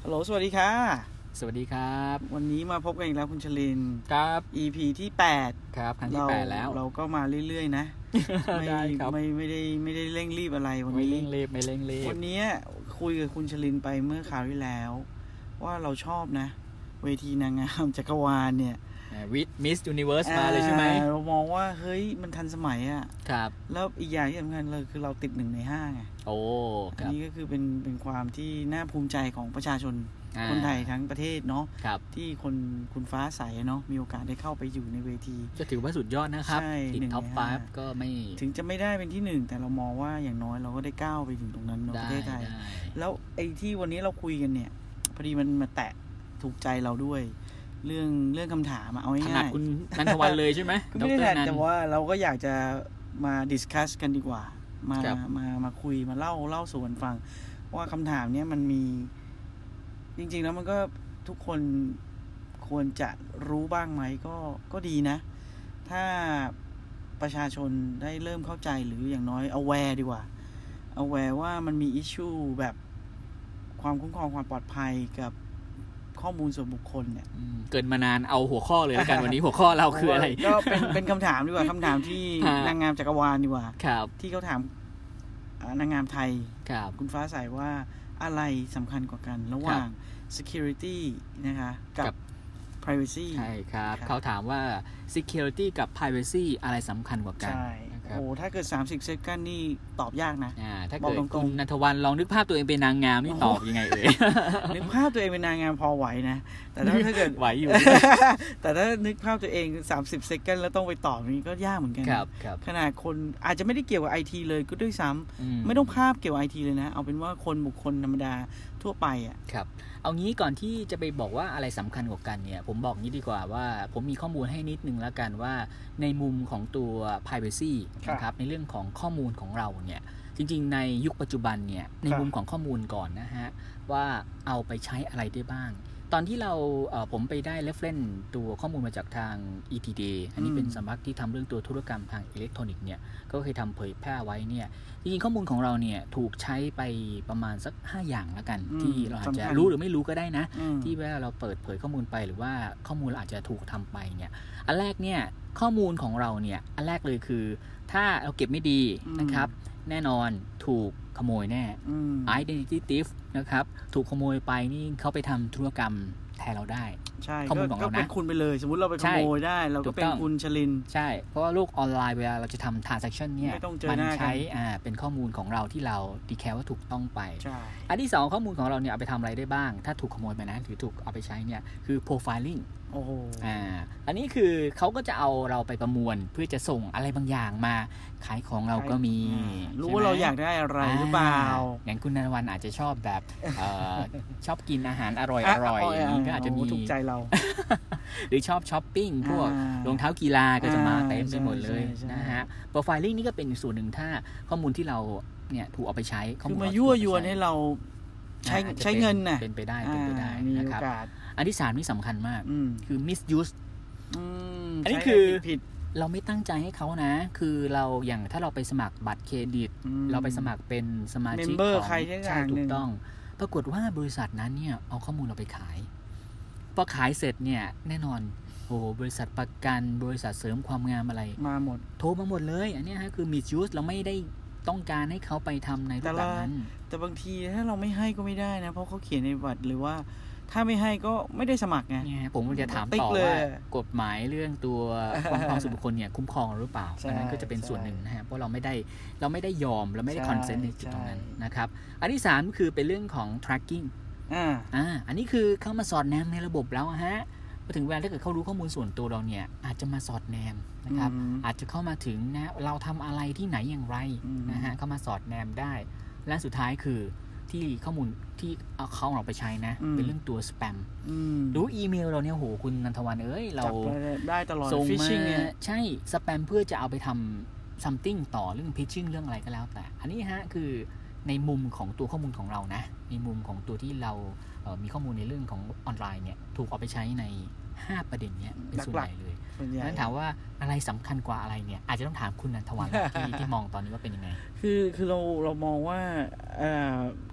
ฮัลโหลสวัสดีค่ะสวัสดีครับวันนี้มาพบกันอีกแล้วคุณชลินครับ EP ที่8 ครับครั้งที่8แล้วเราก็มาเรื่อยๆนะได้ครับไม่ได้เร่งรีบอะไรวันนี้ไม่เร่งรีบวันนี้คุยกับคุณชลินไปเมื่อคราวที่แล้วว่าเราชอบนะเวทีนางงามจักรวาลเนี่ยมิสยูนิเวิร์สมาเลยใช่ไหมเรามองว่าเฮ้ยมันทันสมัยครับแล้วอีกอย่างที่สำคัญเลยคือเราติด1 ใน 5ไงโอ้อันนี้ก็คือเป็นความที่น่าภูมิใจของประชาชนคนไทยทั้งประเทศเนาะที่คุณฟ้าใสเนาะมีโอกาสได้เข้าไปอยู่ในเวทีจะถือว่าสุดยอดนะครับติดท็อป 5ก็ไม่ถึงจะไม่ได้เป็นที่1แต่เรามองว่าอย่างน้อยเราก็ได้ก้าวไปถึงตรงนั้นในประเทศไทยแล้วไอ้ที่วันนี้เราคุยกันเนี่ยพอดีมันมาแตะถูกใจเราด้วยเรื่องคำถามเอาง่ายๆถนัดคุณนันทวันเลยใช่ไหมไม่ได้แต่ว่าเราก็อยากจะมาดิสคัสกันดีกว่ามาคุยมาเล่าสู่กันฟังว่าคำถามเนี้ยมันมีจริงๆแล้วมันก็ทุกคนควรจะรู้บ้างไหมก็ดีนะถ้าประชาชนได้เริ่มเข้าใจหรืออย่างน้อย aware ดีกว่า aware ว่ามันมี issue แบบความคุ้มครองความปลอดภัยกับข้อมูลส่วนบุคคลเนี่ยเกินมานานเอาหัวข้อเลยแล้วกัน วันนี้หัวข้อเราคืออะไรก็เป็นคำถามดีกว่าคำถามที่นางงามจักรวาลดีกว่าที่เขาถามนางงามไทยคุณฟ้าใสว่าอะไรสำคัญกว่ากันระหว่าง security นะคะกับ privacy ใช่ครับเขาถามว่า security กับ privacy อะไรสำคัญกว่ากันโอ้ถ้าเกิด30 second นี่ตอบยากนะถ้าเกิดคุณณัฐวันลองนึกภาพตัวเองเป็นนางงามนี่ตอบยังไงเอ่ยนึกภาพตัวเองเป็นนางงามพอไหวนะแต่ถ้าเกิดไหวอยู่แต่ถ้านึกภาพตัวเอง30 second แล้วต้องไปตอบนี่ก็ยากเหมือนกันขนาดคนอาจจะไม่ได้เกี่ยวกับ IT เลยก็ด้วยซ้ำไม่ต้องภาพเกี่ยวกับ IT เลยนะเอาเป็นว่าคนบุคคลธรรมดาทั่วไปครับเอางี้ก่อนที่จะไปบอกว่าอะไรสำคัญกว่ากันเนี่ยผมบอกงี้ดีกว่าว่าผมมีข้อมูลให้นิดนึงแล้วกันว่าในมุมของตัว privacy นะครับในเรื่องของข้อมูลของเราเนี่ยจริงๆในยุคปัจจุบันเนี่ยในมุมของข้อมูลก่อนนะฮะว่าเอาไปใช้อะไรได้บ้างตอนที่ผมไปได้ reference ตัวข้อมูลมาจากทาง ETDA อันนี้เป็นสำนักที่ทำเรื่องตัวธุรกรรมทางอิเล็กทรอนิกส์เนี่ยก็เคยทำเผยแพร่ไว้เนี่ยจริงๆข้อมูลของเราเนี่ยถูกใช้ไปประมาณสัก5อย่างแล้วกันที่เราอาจจะรู้หรือไม่รู้ก็ได้นะที่เวลาเราเปิดเผยข้อมูลไปหรือว่าข้อมูลเราอาจจะถูกทำไปเนี่ยอันแรกเนี่ยข้อมูลของเราเนี่ยอันแรกเลยคือถ้าเราเก็บไม่ดีนะครับแน่นอนถูกขโมยแน่ identity theft นะครับถูกขโมยไปนี่เขาไปทำธุรกรรมแทนเราได้ข้อมูลของเรานะก็เป็นคุณไปเลยสมมุติเราไปขโมยได้เราก็เป็นคุณชลินใช่เพราะว่าโลกออนไลน์เวลาเราจะทำ transaction เนี่ยมันใช้เป็นข้อมูลของเราที่เราดีแคร์ว่าถูกต้องไปอันที่2ข้อมูลของเราเนี่ยเอาไปทำอะไรได้บ้างถ้าถูกขโมยไปนะหรือถูกเอาไปใช้เนี่ยคือ profilingอันนี้คือเขาก็จะเอาเราไปประมวลเพื่อจะส่งอะไรบางอย่างมาขายของเราก็มีรู้ว่าเราอยากได้อะไรหรือเปล่าอย่างคุณณัฐวันอาจจะชอบแบบชอบกินอาหารอร่อยอย่างนี้ก็อาจจะมีถูกใจเราหรือชอบช้อปปิ้งพวกรองเท้ากีฬาก็จะมาเต็มไปหมดเลยนะฮะ profiling นี่ก็เป็นส่วนหนึ่งถ้าข้อมูลที่เราเนี่ยถูกเอาไปใช้คือมายั่วยวนให้เราใช้เงินน่ะเป็นไปได้นะครับอันที่3นี่สำคัญมากคือ misuse อันนี้คือผิดเราไม่ตั้งใจให้เขานะคือเราอย่างถ้าเราไปสมัครบัตรเครดิตเราไปสมัครเป็นสมาชิกของใช่ถูกต้องปรากฏว่าบริษัทนั้นเนี่ยเอาข้อมูลเราไปขายพอขายเสร็จเนี่ยแน่นอนบริษัทประกันบริษัทเสริมความงามอะไรมาหมดโทรมาหมดเลยอันนี้ฮะคือ misuse เราไม่ได้ต้องการให้เขาไปทำในรูปแบบนั้นแต่บางทีถ้าเราไม่ให้ก็ไม่ได้นะเพราะเขาเขียนในบัตรหรือว่าถ้าไม่ให้ก็ไม่ได้สมัครไงผมจะถามต่อว่ากฎหมายเรื่องตัวความส่วนบุคคลเนี่ยคุ้มครองหรือเปล่าอันนั้นก็จะเป็นส่วนหนึ่งนะฮะเพราะเราไม่ได้ยอมเราไม่ได้คอนเซนต์ในจุดตรงนั้นนะครับอันที่3คือเป็นเรื่องของ tracking อันนี้คือเข้ามาสอดแนมในระบบแล้วฮะพอถึงเวลาถ้าเกิดเขารู้ข้อมูลส่วนตัวเราเนี่ยอาจจะมาสอดแนมนะครับอาจจะเข้ามาถึงนะเราทำอะไรที่ไหนอย่างไรนะฮะเข้ามาสอดแนมได้และสุดท้ายคือที่ข้อมูลที่เอาเขาเราไปใช้นะเป็นเรื่องตัวสแปมดูอีเมลเราเนี่ยโหคุณณัฐวันเราได้ตลอดส่งมาใช่สแปมเพื่อจะเอาไปทำ something ต่อเรื่อง pitching เรื่องอะไรก็แล้วแต่อันนี้ฮะคือในมุมของตัวข้อมูลของเรานะในมุมของตัวที่เรามีข้อมูลในเรื่องของออนไลน์เนี่ยถูกเอาไปใช้ใน5ประเด็นเนี้ยเป็นส่วนใหญ่เลยนั้นถามว่าอะไรสำคัญกว่าอะไรเนี่ยอาจจะต้องถามคุณณัฐวันที่มองตอนนี้ว่าเป็นยังไงคือเรามองว่า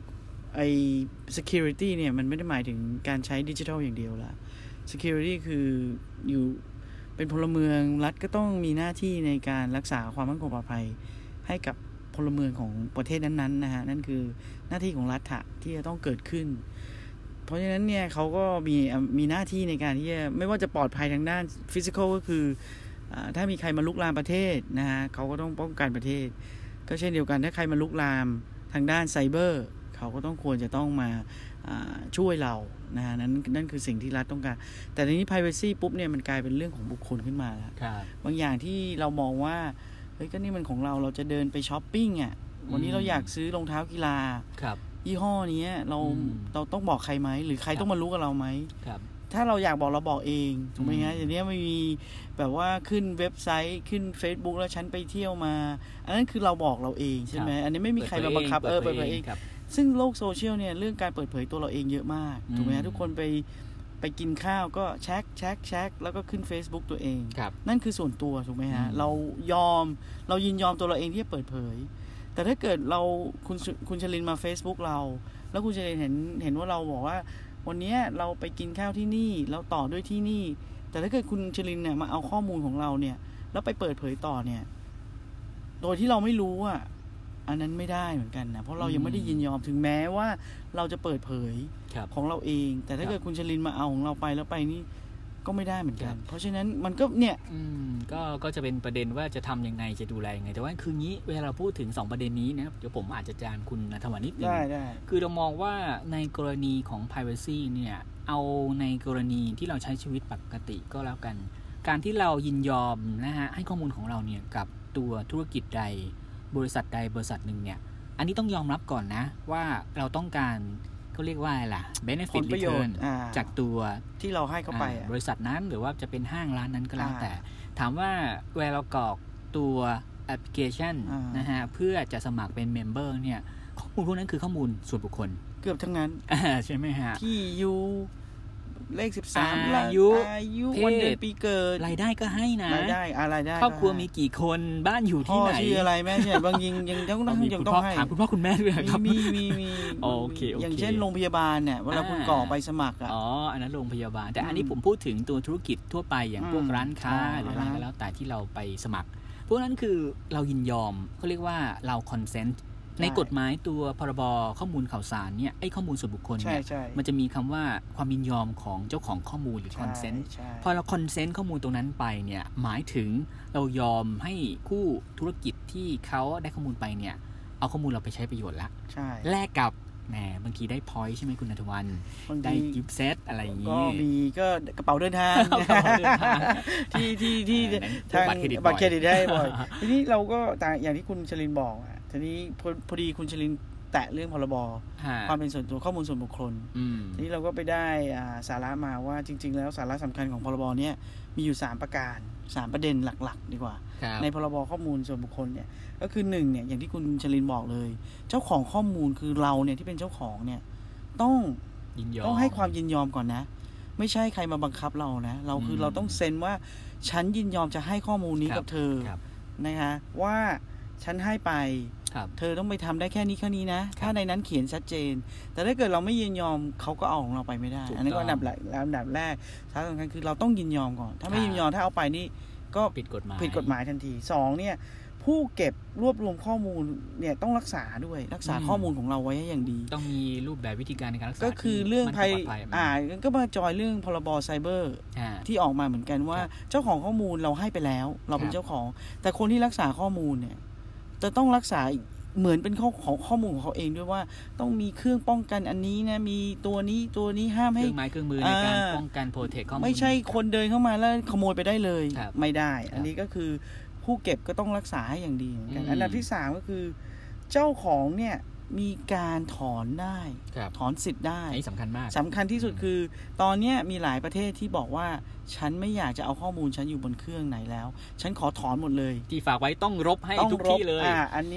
security เนี่ยมันไม่ได้หมายถึงการใช้ดิจิทัลอย่างเดียวละ security คืออยู่เป็นพลเมืองรัฐก็ต้องมีหน้าที่ในการรักษาความมั่นคงปลอดภัยให้กับพลเมืองของประเทศนั้นๆนะฮะนั่นคือหน้าที่ของรัฐที่จะต้องเกิดขึ้นเพราะฉะนั้นเนี่ยเขาก็มีหน้าที่ในการที่จะไม่ว่าจะปลอดภัยทางด้านฟิสิกอลก็คือถ้ามีใครมาลุกลามประเทศนะฮะเขาก็ต้องป้องกันประเทศก็เช่นเดียวกันถ้าใครมาลุกลามทางด้านไซเบอร์เขาก็ต้องควรจะต้องมาช่วยเรานะฮะนั่นคือสิ่งที่รัฐต้องการแต่ทีนี้ privacy ปุ๊บเนี่ยมันกลายเป็นเรื่องของบุคคลขึ้นมาแล้วบางอย่างที่เรามองว่าเฮ้ยก็นี่มันของเราจะเดินไปช้อปปิ้งอ่ะวันนี้เราอยากซื้อรองเท้ากีฬายี่ห้อนี้เราต้องบอกใครไหมหรือใครต้องมารู้กับเราไหมถ้าเราอยากบอกเราบอกเองถูกไหมฮะอย่างนี้ไม่มีแบบว่าขึ้นเว็บไซต์ขึ้น Facebook แล้วฉันไปเที่ยวมาอันนั้นคือเราบอกเราเองใช่ไหมอันนี้ไม่มีใครมาบังคับเปิดเผยเองซึ่งโลกโซเชียลเนี่ยเรื่องการเปิดเผยตัวเราเองเยอะมากถูกไหมฮะทุกคนไปกินข้าวก็แช็คแล้วก็ขึ้น Facebook ตัวเองนั่นคือส่วนตัวถูกไหมฮะเรายินยอมตัวเราเองที่จะเปิดเผยแต่ถ้าเกิดคุณชลินมา Facebook เราแล้วคุณชลินเห็นว่าเราบอกว่าวันนี้เราไปกินข้าวที่นี่เราต่อด้วยที่นี่แต่ถ้าเกิดคุณชลินเนี่ยมาเอาข้อมูลของเราเนี่ยแล้วไปเปิดเผยต่อเนี่ยโดยที่เราไม่รู้อ่ะอันนั้นไม่ได้เหมือนกันนะเพราะเรายังไม่ได้ยินยอมถึงแม้ว่าเราจะเปิดเผยของเราเองแต่ถ้าเกิดคุณชลินมาเอาของเราไปแล้วไปนี่ก็ไม่ได้เหมือนกันเพราะฉะนั้นมันก็เนี่ยก็จะเป็นประเด็นว่าจะทำยังไงจะดูแลยังไงแต่ว่าคืองี้เวลาเราพูดถึง2ประเด็นนี้นะครับเดี๋ยวผมอาจจะจานคุณณัฐวัฒน์นิดนึงคือเรามองว่าในกรณีของ privacy เนี่ยเอาในกรณีที่เราใช้ชีวิตปกติก็แล้วกันการที่เรายินยอมนะฮะให้ข้อมูลของเราเนี่ยกับตัวธุรกิจใดบริษัทใดบริษัทหนึ่งเนี่ยอันนี้ต้องยอมรับก่อนนะว่าเราต้องการเขาเรียกว่าอะไรล่ะ benefit return จากตัวที่เราให้เข้าไปบริษัทนั้นหรือว่าจะเป็นห้างร้านนั้นก็แล้วแต่ถามว่าเวลาเรากรอกตัวแอปพลิเคชันนะฮะเพื่อจะสมัครเป็นเมมเบอร์เนี่ยข้อมูลพวกนั้นคือข้อมูลส่วนบุคคลเกือบทั้งนั้นใช่ไหมฮะที่อยู่เลข13อายุวันเดือนปีเกิดรายได้ก็ให้นะรายได้อะไรได้ครอบครัวมีกี่คนบ้านอยู่ที่ไหนพ่อชื่ออะไรแม่ใช่บางยังต้องให้ถามคุณพ่อคุณแม่ด้วยครับมีโอเคอย่างเช่นโรงพยาบาลเนี่ยเวลาคุณกรอกใบสมัครอันนั้นโรงพยาบาลแต่อันนี้ผมพูดถึงตัวธุรกิจทั่วไปอย่างพวกร้านค้าหรืออะไรก็แล้วแต่ที่เราไปสมัครพวกนั้นคือเรายินยอมเขาเรียกว่าเราคอนเซนต์ในกฎหมายตัวพรบข้อมูลข่าวสารเนี่ยไอ้ข้อมูลส่วนบุคคลเนี่ยมันจะมีคำว่าความยินยอมของเจ้าของข้อมูลหรือคอนเซนต์พอเราคอนเซนต์ข้อมูลตรงนั้นไปเนี่ยหมายถึงเรายอมให้คู่ธุรกิจที่เขาได้ข้อมูลไปเนี่ยเอาข้อมูลเราไปใช้ประโยชน์ละแลกกับบางทีได้พอยต์ใช่ไหมคุณณัฐวัฒน์ได้กิฟต์เซตอะไรอย่างนี้ก็มีก็กระเป๋าเดินทางที่ทางบัตรเครดิตได้บ่อยทีนี้เราก็อย่างที่คุณชลินบอกทีนี้พอดีคุณชลินแตะเรื่องพรบความเป็นส่วนตัวข้อมูลส่วนบุคคลทีนี้เราก็ไปได้สาระมาว่าจริงๆแล้วสาระสำคัญของพรบเนี้ยมีอยู่3ประการ3ประเด็นหลักๆดีกว่าในพรบข้อมูลส่วนบุคคลเนี่ยก็คือ1เนี่ยอย่างที่คุณชลินบอกเลยเจ้าของข้อมูลคือเราเนี่ยที่เป็นเจ้าของเนี่ยต้องให้ความยินยอมก่อนนะไม่ใช่ใครมาบังคับเรานะเราคือเราต้องเซ็นว่าฉันยินยอมจะให้ข้อมูลนี้กับเธอนะคะว่าฉันให้ไปเธอต้องไปทำได้แค่นี้นะถ้าในนั้นเขียนชัดเจนแต่ถ้าเกิดเราไม่ยินยอมเขาก็เอาของเราไปไม่ได้อันนี้ก็อันดับแรกสำคัญคือเราต้องยินยอมก่อนถ้าไม่ยินยอมถ้าเอาไปนี่ก็ผิดกฎหมายทันที2เนี่ยผู้เก็บรวบรวมข้อมูลเนี่ยต้องรักษาข้อมูลของเราไว้ให้อย่างดีต้องมีรูปแบบวิธีการในการรักษาก็คือเรื่องภัยก็มาจอยเรื่องพรบไซเบอร์ที่ออกมาเหมือนกันว่าเจ้าของข้อมูลเราให้ไปแล้วเราเป็นเจ้าของแต่คนที่รักษาข้อมูลเนี่ยจะต้องรักษาเหมือนเป็นข้อมูลของเขาเองด้วยว่าต้องมีเครื่องป้องกันอันนี้นะมีตัวนี้ห้ามให้เครื่องมือในการป้องกันโปรเทคข้อมูลไม่ใช่คนเดินเข้ามาแล้วขโมยไปได้เลยไม่ได้อันนี้ก็คือผู้เก็บก็ต้องรักษาให้อย่างดีเหมือนกันอันดับที่3ก็คือเจ้าของเนี่ยมีการถอนได้ถอนสิทธิ์ได้นี่สำคัญมากสำคัญที่สุดคือตอนนี้มีหลายประเทศที่บอกว่าฉันไม่อยากจะเอาข้อมูลฉันอยู่บนเครื่องไหนแล้วฉันขอถอนหมดเลยที่ฝากไว้ต้องลบให้ทุกที่เลยอันนี้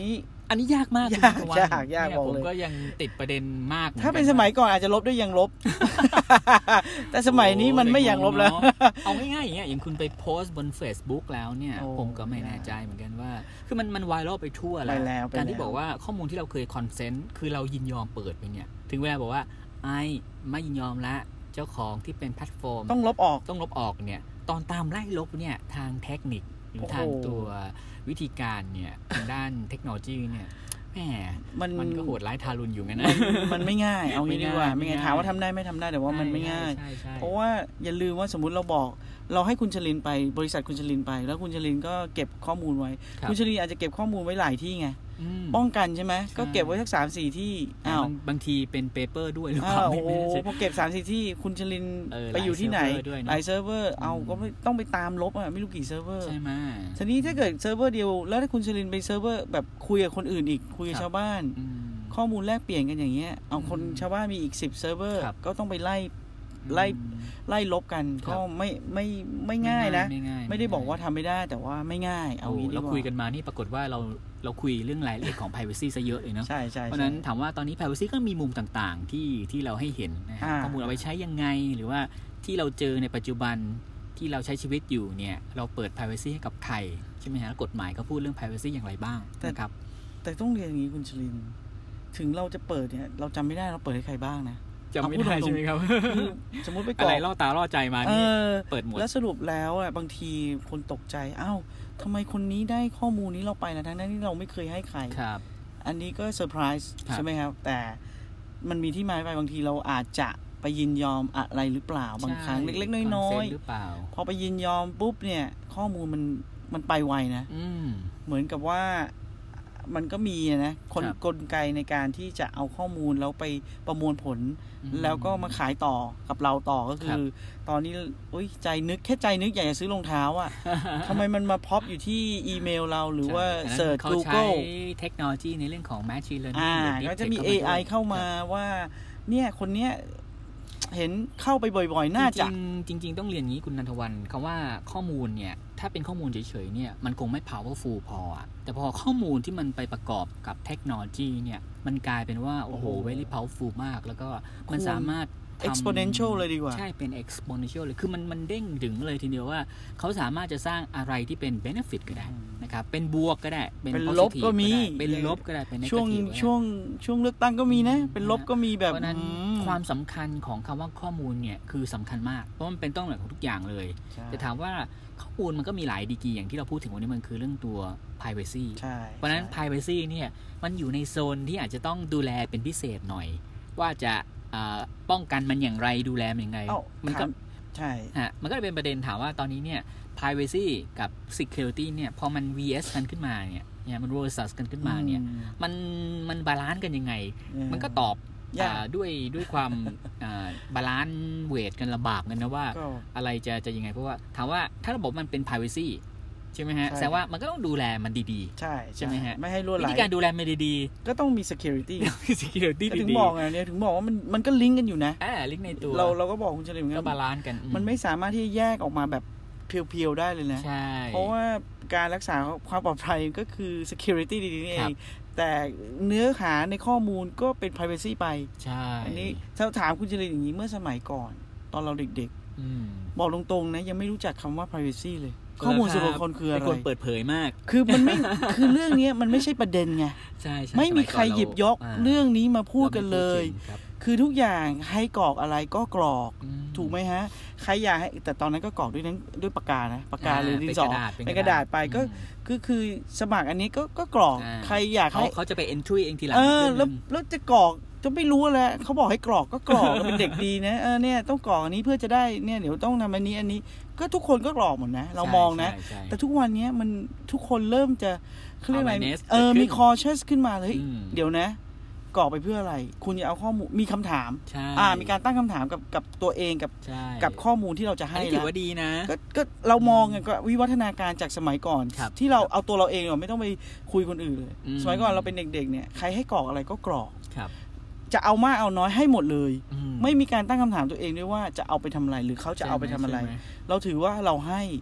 อันนี้ยากมากยากบอกเลยผมก็ยังติดประเด็นมากถ้าเป็นสมัยก่อนอาจจะลบด้วยยังลบ แต่สมัยนี้มันไม่ยังลบแล้วเอาง่ายๆอย่างเงี้ยอย่างคุณไปโพสต์บน Facebook แล้วเนี่ยผมก็ไม่แน่ใจเหมือนกันว่าคือมันไวรัลไปทั่วแล้วการที่บอกว่าข้อมูลที่เราเคยคอนเซนต์คือเรายินยอมเปิดไปเนี่ยถึงเวลาบอกว่าไม่ยินยอมละเจ้าของที่เป็นแพลตฟอร์มต้องลบออกเนี่ยตอนตามไล่ลบเนี่ยทางเทคนิคหรือทางตัววิธีการเนี่ยทางด้านเทคโนโลยีเนี่ยแหมมันก็โหดร้ายทารุณอยู่งั้นนะมันไม่ง่ายเอางี้ดีกว่าไม่ง่ายถามว่าทำได้ไม่ทำได้แต่ว่ามันไม่ง่ายเพราะว่าอย่าลืมว่าสมมุติเราให้คุณชลินไปบริษัทคุณชลินไปแล้วคุณชลินก็เก็บข้อมูลไว้คุณชลินอาจจะเก็บข้อมูลไว้หลายที่ไงป้องกันใช่ไหมก็เก็บไว้สัก 3-4 ที่บางทีเป็นเปเปอร์ด้วยหรือเปล่าพอเก็บ 3-4 ที่คุณชลินไปอยู่ที่ไหนหลายเซิร์ฟเวอร์ก็ต้องไปตามลบไม่รู้กี่เซิร์ฟเวอร์ใช่ไหมทีนี้ถ้าเกิดเซิร์ฟเวอร์เดียวแล้วถ้าคุณชลินไปเซิร์ฟเวอร์แบบคุยกับคนอื่นอีกคุยกับชาวบ้านข้อมูลแลกเปลี่ยนกันอย่างเงี้ยเอาคนชาวบ้านมีอีก10เซิร์ฟเวอร์ก็ต้องไปไล่ลบกันก็ไม่ง่ายนะไม่ได้บอกว่าทำไม่ได้แต่ว่าไม่ง่ายเอางี้ดีกว่าเราคุยกันมานี่ปรากฏว่าเราคุยเรื่องรายละเอียดของ privacy ซะเยอะเลยเนาะใช่ๆเพราะนั้นถามว่าตอนนี้ privacy ก็มีมุมต่างๆที่เราให้เห็นนะข้อมูลเอาไปใช้ยังไงหรือว่าที่เราเจอในปัจจุบันที่เราใช้ชีวิตอยู่เนี่ยเราเปิด privacy ให้กับใครใช่ไหมฮะกฎหมายเขาพูดเรื่อง privacy อย่างไรบ้างนะครับแต่ต้องเรียนอย่างนี้คุณชลินถึงเราจะเปิดเนี่ยเราจำไม่ได้เราเปิดให้ใครบ้างนะจำไม่ได้ใช่ไหมครับสมมติไปกรอกอะไรล่อตาล่อใจมานี่เปิดหมดแล้วสรุปแล้วบางทีคนตกใจทำไมคนนี้ได้ข้อมูลนี้เราไปนะทั้งนั้นที่เราไม่เคยให้ใครอันนี้ก็เซอร์ไพรส์ใช่ไหมครับแต่มันมีที่มาไปบางทีเราอาจจะไปยินยอมอะไรหรือเปล่าบางครั้งเล็กๆน้อยๆพอไปยินยอมปุ๊บเนี่ยข้อมูลมันไปไวนะเหมือนกับว่ามันก็มีนะกลไกในการที่จะเอาข้อมูลแล้วไปประมวลผลแล้วก็มาขายต่อกับเราต่อก็คือตอนนี้ใจนึกอยากจะซื้อรองเท้าทำไมมันมาพอปอยู่ที่อีเมลเราหรือว่าเสิร์ช Google ใช้เทคโนโลยีในเรื่องของ Machine Learning ก็จะมี AI เข้ามาว่าเนี่ยคนเนี้ยเห็นเข้าไปบ่อยๆน่าจะจริงต้องเรียนงี้คุณนันทวันคำว่าข้อมูลเนี่ยถ้าเป็นข้อมูลเฉยๆเนี่ยมันคงไม่ powerful พอแต่พอข้อมูลที่มันไปประกอบกับเทคโนโลยีเนี่ยมันกลายเป็นว่าโอ้โห very powerful มากแล้วก็มันสามารถ exponential เลยดีกว่าใช่เป็น exponential เลยคือมันเด้งถึงเลยทีเดียวว่าเขาสามารถจะสร้างอะไรที่เป็น benefit ก็ได้นะครับเป็นบวกก็ได้เป็นลบก็มีเป็นลบก็ได้เป็น negative ช่วงเลือกตั้งก็มีนะเป็นลบก็มีแบบเพราะนั้นความสำคัญของคำว่าข้อมูลเนี่ยคือสำคัญมากเพราะมันเป็นต้นแบบของทุกอย่างเลยแต่ถามว่าข้อมูลมันก็มีหลายดีกรีอย่างที่เราพูดถึงวันนี้มันคือเรื่องตัว privacy เพราะนั้น privacy เนี่ยมันอยู่ในโซนที่อาจจะต้องดูแลเป็นพิเศษหน่อยว่าจะป้องกันมันอย่างไรดูแลมันอย่างไรมันก็ใช่มันก็เป็นประเด็นถามว่าตอนนี้เนี่ย privacy กับ security เนี่ยพอมัน vs กันขึ้นมาเนี่ยมัน versus กันขึ้นมาเนี่ยมันบาลานซ์กันยังไงมันก็ตอบด้วยความบาลานซ์เวทกันลำบากกันนะว่าอะไรจะยังไงเพราะว่าถามว่าถ้าระบบมันเป็น privacyใช่ไหมฮะแสดงว่ามันก็ต้องดูแลมันดีๆใช่ไหมฮะไม่ให้รั่วไหลวิธีการดูแลมันดีๆก็ต้องมี security ดีถึงบอกไงเนี่ยถึงบอกว่ามันก็ลิงก์กันอยู่นะลิงก์ในตัวเราก็บอกคุณเฉลิมก็บาลานซ์กันมันไม่สามารถที่จะแยกออกมาแบบเพียวๆได้เลยนะเพราะว่าการรักษาความปลอดภัยก็คือ security ดีๆนี่เองแต่เนื้อหาในข้อมูลก็เป็น privacy ไปอันนี้ถ้าถามคุณเฉลิมอย่างนี้เมื่อสมัยก่อนตอนเราเด็กๆบอกตรงๆนะยังไม่รู้จักคำว่า privacy เลยข้อมูลส่วนบุคคลคืออะไรเป็นคนเปิดเผยมากคือมันไม่ คือเรื่องนี้มันไม่ใช่ประเด็นไงไม่มีใครหยิบยกเรื่องนี้มาพูดกันเลยคือทุกอย่างให้กรอกอะไรก็กรอกถูกไหมฮะใครอยากให้แต่ตอนนั้นก็กรอกด้วยปากกานะปากกาหรือดินสอเป็นกระดาษไปก็คือสมัครอันนี้ก็กรอกใครอยากให้เขาจะไป entry เองทีหลังแล้วจะกรอกจะไม่รู้แล้วเขาบอกให้กรอกก็กรอกเป็นเด็กดีนะเนี่ยต้องกรอกอันนี้เพื่อจะได้เนี่ยเดี๋ยวต้องทำอันนี้ก็ทุกคนก็กรอกหมดนะเรามองนะแต่ทุกวันนี้มันทุกคนเริ่มจะเขาเรียกอะไรมี cautious ขึ้นมาเลยเดี๋ยวนะกรอกไปเพื่ออะไรคุณจะเอาข้อมูลมีคำถามมีการตั้งคำถามกับตัวเองกับข้อมูลที่เราจะให้ถือว่าดีนะก็เรามองก็วิวัฒนาการจากสมัยก่อนที่เราเอาตัวเราเองไม่ต้องไปคุยคนอื่นเลยสมัยก่อนเราเป็นเด็กๆเนี่ยใครให้กรอกอะไรก็กรอกจะเอามากเอาน้อยให้หมดเลยไม่มีการตั้งคำถามตัวเองด้วยว่าจะเอาไปทำอะไรหรือเขาจะเอาไปทำอะไรเราถือว่าเราให้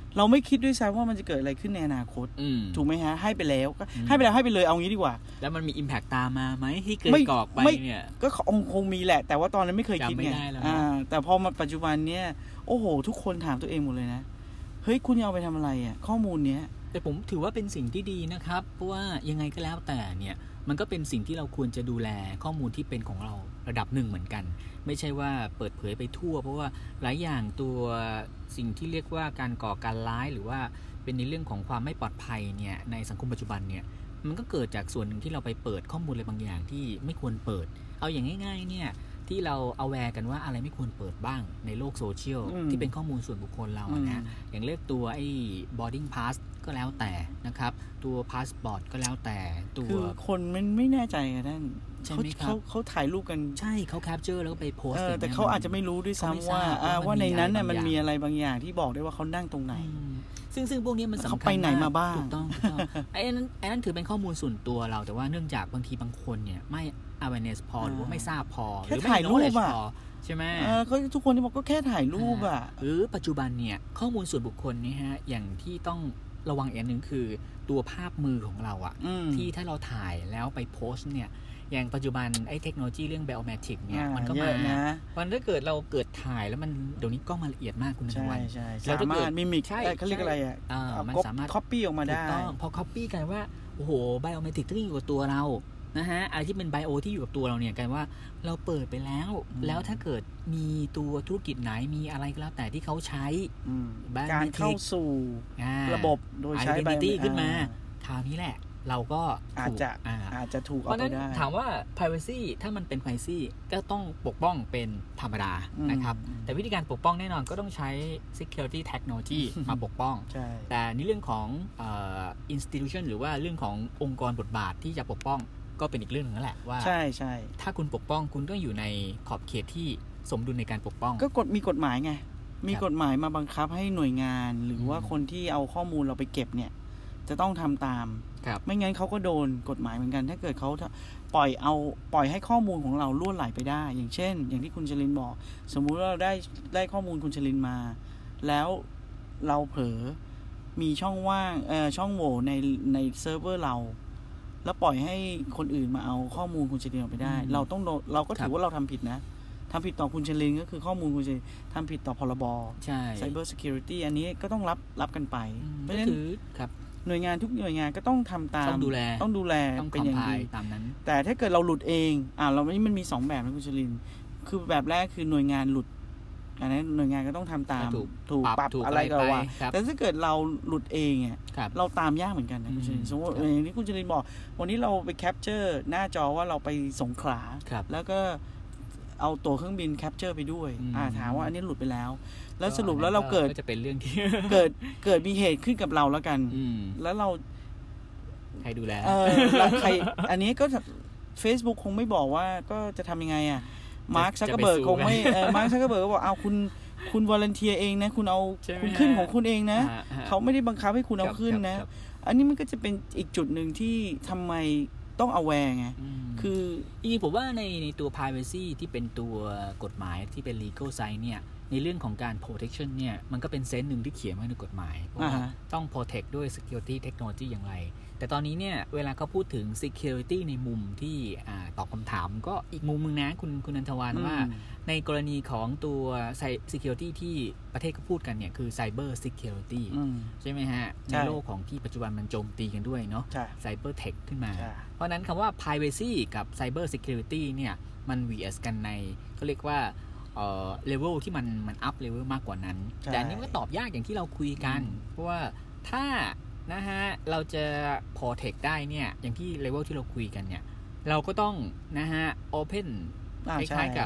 เราไม่คิดด้วยซ้ำว่ามันจะเกิดอะไรขึ้นในอนาคตถูกไหมฮะให้ไปแล้วก็ให้ไปเลยเอางี้ดีกว่าแล้วมันมี impact ตามมาไหมที่เกิดกอกไปเนี่ยก็คงมีแหละแต่ว่าตอนนั้นไม่เคยคิดไงแต่พอมาปัจจุบันเนี้ยโอ้โหทุกคนถามตัวเองหมดเลยนะเฮ้ยคุณจะเอาไปทำอะไรอ่ะข้อมูลเนี้ยแต่ผมถือว่าเป็นสิ่งที่ดีนะครับเพราะว่ายังไงก็แล้วแต่เนี่ยมันก็เป็นสิ่งที่เราควรจะดูแลข้อมูลที่เป็นของเราระดับหนึ่งเหมือนกันไม่ใช่ว่าเปิดเผยไปทั่วเพราะว่าหลายอย่างตัวสิ่งที่เรียกว่าการก่อการร้ายหรือว่าเป็นในเรื่องของความไม่ปลอดภัยเนี่ยในสังคมปัจจุบันเนี่ยมันก็เกิดจากส่วนหนึ่งที่เราไปเปิดข้อมูลอะไรบางอย่างที่ไม่ควรเปิดเอาอย่างง่ายๆเนี่ยที่เราเอาแวร์กันว่าอะไรไม่ควรเปิดบ้างในโลกโซเชียลที่เป็นข้อมูลส่วนบุคคลเรานะอย่างเรียกตัวไอ้ boarding pass ก็แล้วแต่นะครับตัว passport ก็แล้วแต่ตัวคือคนมันไม่แน่ใจกันท่านเขาถ่ายรูปกันใช่เขาแคปเจอร์แล้วก็ไปโพสต์แต่เขาอาจจะไม่รู้ด้วยซ้ำว่าในนั้นน่ะมันมีอะไรบางอย่างที่บอกได้ว่าเขานั่งตรงไหนซึ่งพวกนี้มันสำคัญเขาไปไหนมาบ้างถูกต้องไอ้นั้นถือเป็นข้อมูลส่วนตัวเราแต่ว่าเนื่องจากบางทีบางคนเนี่ยไม่ awareness พอหรือว่าไม่ทราบพอหรือไม่ knowledge พอใช่ไหมเขาทุกคนที่บอกก็แค่ถ่ายรูปอ่ะหรือปัจจุบันเนี่ยข้อมูลส่วนบุคคลนี่ฮะอย่างที่ต้องระวังอีกนึงคือตัวภาพมือของเราอ่ะที่ถ้าเราถ่ายแล้วไปโพสต์เนี่ยอย่างปัจจุบันไอ้เทคโนโลยีเรื่อง biometric เนี่ยมันก็มาวันถ้าเกิดเราเกิดถ่ายแล้วมันเดี๋ยวนี้กล้องมันละเอียดมากคุณนวัลแล้วถ้าเกิดมิมิกเขาเรียกอะไรอ่ะมันสามารถ copy ออกมาได้พอ copy กันว่าโอ้โห biometric ที่อยู่กับตัวเรานะฮะอะไรที่เป็นไบโอที่อยู่กับตัวเราเนี่ยกันว่าเราเปิดไปแล้วถ้าเกิดมีตัวธุรกิจไหนมีอะไรก็แล้วแต่ที่เขาใช้การเข้าสู่ระบบโดยใช้ identity ขึ้นมาคราวนี้แหละเราก็อาจจะถูกเอาไปได้ถามว่า privacy ถ้ามันเป็น privacy ก็ต้องปกป้องเป็นธรรมดานะครับแต่วิธีการปกป้องแน่นอนก็ต้องใช้ security technology มาปกป้องแต่ในเรื่องของinstitution หรือว่าเรื่องขององค์กรบทบาทที่จะปกป้องก็เป็นอีกเรื่องนึงนั่นแหละว่าใช่ถ้าคุณปกป้องคุณต้องอยู่ในขอบเขตที่สมดุลในการปกป้องก็มีกฎหมายไงมีกฎหมายมาบังคับให้หน่วยงานหรือว่าคนที่เอาข้อมูลเราไปเก็บเนี่ยจะต้องทำตามไม่งั้นเขาก็โดนกฎหมายเหมือนกันถ้าเกิดเขาปล่อยให้ข้อมูลของเราล่วไหลไปได้อย่างเช่นอย่างที่คุณชลินบอกสมมุติว่าเราได้ข้อมูลคุณชลินมาแล้วเราเผลอมีช่องว่างช่องโหว่ในเซิร์ฟเวอร์เราแล้วปล่อยให้คนอื่นมาเอาข้อมูลคุณชลินออกไปได้เราก็ถือว่าเราทำผิดนะทำผิดต่อคุณชลินก็คือข้อมูลคุณชลินทำผิดต่อพรบ Cyber Security อันนี้ก็ต้องรับกันไปเพราะฉะนั้นหน่วยงานทุกหน่วยงานก็ต้องทำตามต้องดูแลเป็นอย่างดีตามนั้นแต่ถ้าเกิดเราหลุดเองเราไม่มันมี2แบบนะคุณชลินคือแบบแรกคือหน่วยงานหลุดอันนั้นหน่วยงานก็ต้องทำตามถูกปรับอะไรก็ว่าแต่ถ้าเกิดเราหลุดเองเราตามยากเหมือนกันนะคุณชลินสมมติอย่างที่คุณชลินบอกวันนี้เราไปแคปเจอร์หน้าจอว่าเราไปสงขลาแล้วก็เอาตั๋วเครื่องบินแคปเจอร์ไปด้วยถามว่าอันนี้หลุดไปแล้วสรุปแล้วเราเกิดจะเป็นเรื่องที่เกิดมีเหตุขึ้นกับเราแล้วกันแล้วเราใครดูแลใครอันนี้ก็ Facebook คงไม่บอกว่าก็จะทำยังไงมาร์คซักเคอร์เบิร์กคงไม่มาร์คซักเคอร์เบิร์กก็บอกเอาคุณวอลันเทียเองนะคุณเอาคุณขึ้นของคุณเองนะเขาไม่ได้บังคับให้คุณเอาขึ้นนะอันนี้มันก็จะเป็นอีกจุดหนึ่งที่ทำไมต้อง aware ไงคือผมว่าในตัว privacy ที่เป็นตัวกฎหมายที่เป็น legal side เนี่ยในเรื่องของการ protection เนี่ยมันก็เป็นเซนส์หนึ่งที่เขียนไว้ในกฎหมายว่าต้อง protect ด้วย security technology อย่างไรแต่ตอนนี้เนี่ยเวลาเขาพูดถึง security ในมุมที่ตอบคำถามก็อีกมุมนึงนะคุณนันทวรรณว่าในกรณีของตัว security ที่ประเทศเขาพูดกันเนี่ยคือ cyber security ใช่ไหมฮะในโลกของที่ปัจจุบันมันโจมตีกันด้วยเนาะ cyber tech ขึ้นมาเพราะนั้นคำว่า privacy กับ cyber security เนี่ยมันเวียสกันในเขาเรียกว่าเลเวลที่มันอัพเลเวลมากกว่านั้นแต่อันนี้มันก็ตอบยากอย่างที่เราคุยกันเพราะว่าถ้านะฮะเราจะ protect ได้เนี่ยอย่างที่เลเวลที่เราคุยกันเนี่ยเราก็ต้องนะฮะ open คล้ายๆกับ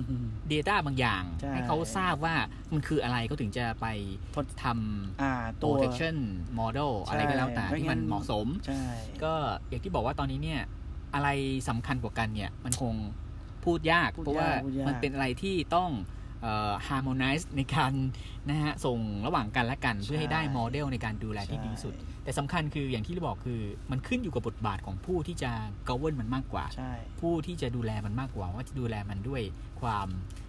data บางอย่างให้เขาทราบว่ามันคืออะไรเขาถึงจะไปทำ protection model อะไรก็แล้วแต่ที่มันเหมาะสมก็อย่างที่บอกว่าตอนนี้เนี่ยอะไรสำคัญกว่ากันเนี่ยมันคงพูดยากเพราะว่ามันเป็นอะไรที่ต้องharmonize ในการนะฮะส่งระหว่างกันและกันเพื่อให้ได้โมเดลในการดูแลที่ดีที่สุดแต่สำคัญคืออย่างที่เราบอกคือมันขึ้นอยู่กับบทบาทของผู้ที่จะ govern มันมากกว่าผู้ที่จะดูแลมันมากกว่าว่าจะดูแลมันด้วยความ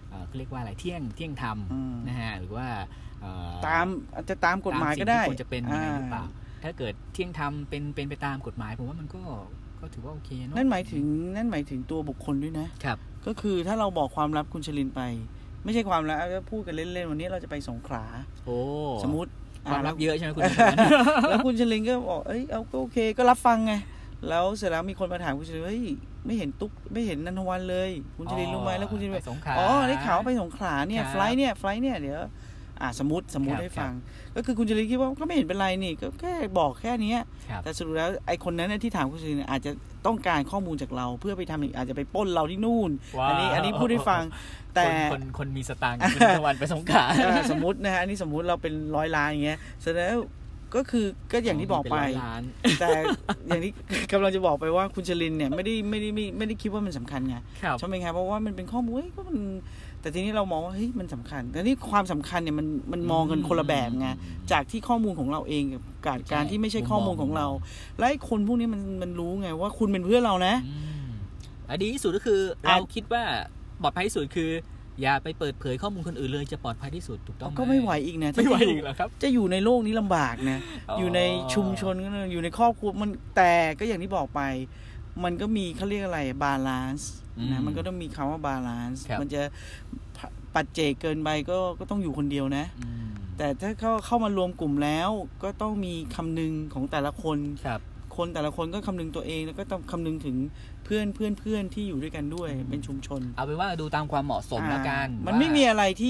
เขาเรียกว่าอะไรเที่ยงธรรมนะฮะหรือว่าจะตามกฎหมายก็ได้ควรจะเป็นยังไงหรือเปล่าถ้าเกิดเที่ยงธรรมเป็นไปตามกฎหมายผมว่ามันก็ถือว่าโอเคเนาะนั่นหมายถึงตัวบุคคลด้วยนะครับก็คือถ้าเราบอกความลับคุณชลินไปไม่ใช่ความลับพูดกันเล่นๆวันนี้เราจะไปสงขลาสมมุติความลับเยอะใช่ไหมคุณแล้วคุณชลินก็บอกเอาก็โอเคก็รับฟังไงแล้วเสร็จแล้วมีคนมาถามคุณชลินเฮ้ยไม่เห็นตุ๊กไม่เห็นนันทวันเลยคุณชลินรู้ไหมแล้วคุณชลินได้ข่าวไปสงขลาเนี่ยไฟล์เนี่ยเดี๋ยวสมมติให้ฟังก็คือคุณชลินคิดว่าก็ไม่เห็นเป็นไรนี่ก็แค่บอกแค่นี้แต่สรุปแล้วไอ้คนนั้นที่ถามคุณชลินอาจจะต้องการข้อมูลจากเราเพื่อไปทำอาจจะไปปล้นเราที่นู่นอันนี้พูดให้ฟังแต่คนมีสตางค์คุณนันทวันไปสงขลาสมมตินะฮะอันนี้สมมติเราเป็น100 ล้านอย่างเงี้ยเสร็จแล้วก็อย่างที่บอกไปแต่อย่างที่กำลังจะบอกไปว่าคุณชลินเนี่ยไม่ได้คิดว่ามันสำคัญไงใช่ไหมครับเพราะว่ามันเป็นข้อมูลก็มันแต่ทีนี้เรามองว่าเฮ้ยมันสำคัญแต่นี่ความสำคัญเนี่ยมันมองกันคนละแบบไงจากที่ข้อมูลของเราเองกับการที่ไม่ใช่ข้อมูลของเราและไอ้คนพวกนี้มันรู้ไงว่าคุณเป็นเพื่อนเรานะดีที่สุดก็คือเราคิดว่าปลอดภัยที่สุดคืออย่าไปเปิดเผยข้อมูลคนอื่นเลยจะปลอดภัยที่สุดถูกต้องก็ไม่ไหวอีกนะไม่ไหวอีกเหรอครับจะอยู่ในโลกนี้ลำบากนะอยู่ในชุมชนก็อยู่ในครอบครัวมันแต่ก็อย่างที่บอกไปมันก็มีเขาเรียกอะไรบาลานซ์นะมันก็ต้องมีคำว่าบาลานซ์มันจะปัจเจกเกินไปก็ต้องอยู่คนเดียวนะแต่ถ้าเข้ามารวมกลุ่มแล้วก็ต้องมีคำนึงของแต่ละคนคนแต่ละคนก็คำนึงตัวเองแล้วก็ต้องคำนึงถึงเพื่อนที่อยู่ด้วยกันด้วยเป็นชุมชนเอาเป็นว่าดูตามความเหมาะสมละกันมันไม่มีอะไรที่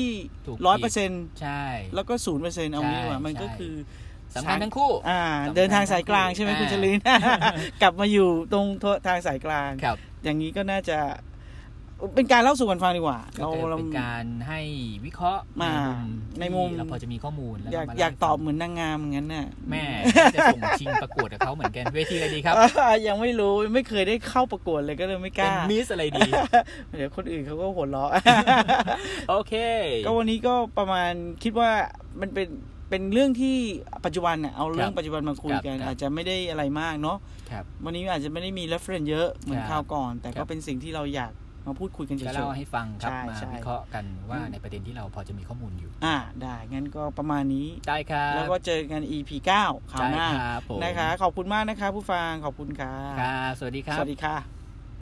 100% ใช่แล้วก็ 0% เอางี้ว่ามันก็คือสำคัญทั้งคู่เดินทางสายกลางใช่ไหมคุณชลิน กลับมาอยู่ตรงทางสายกลางอย่างนี้ก็น่าจะเป็นการเล่าสู่กันฟังดีกว่าเราเป็นการให้วิเคราะห์ในมุมเราพอจะมีข้อมูลแล้วอยากตอบเหมือนนางงามอย่างนั้นน่ะแม่จะส่งชิงประกวดกับเขาเหมือนกันเวทีอะไรดีครับยังไม่รู้ไม่เคยได้เข้าประกวดเลยก็เลยไม่กล้าเป็นมิสอะไรดีเดี๋ยวคนอื่นเขาก็หัวเราะโอเคก็วันนี้ก็ประมาณคิดว่ามันเป็นเรื่องที่ปัจจุบันเนี่ยเอาเรื่องปัจจุบันมาคุยกันอาจจะไม่ได้อะไรมากเนาะวันนี้อาจจะไม่ได้มี reference เยอะเหมือนคราวก่อนแต่ก็เป็นสิ่งที่เราอยากมาพูดคุยกันเฉยๆก็เล่าให้ฟังครับมาวิเคราะห์กันว่าในประเด็นที่เราพอจะมีข้อมูลอยู่ได้งั้นก็ประมาณนี้ได้ครับแล้วก็เจอกัน EP 9คราวหน้านะคะขอบคุณมากนะคะผู้ฟังขอบคุณค่ะสวัสดีครับสวัสดีค่ะ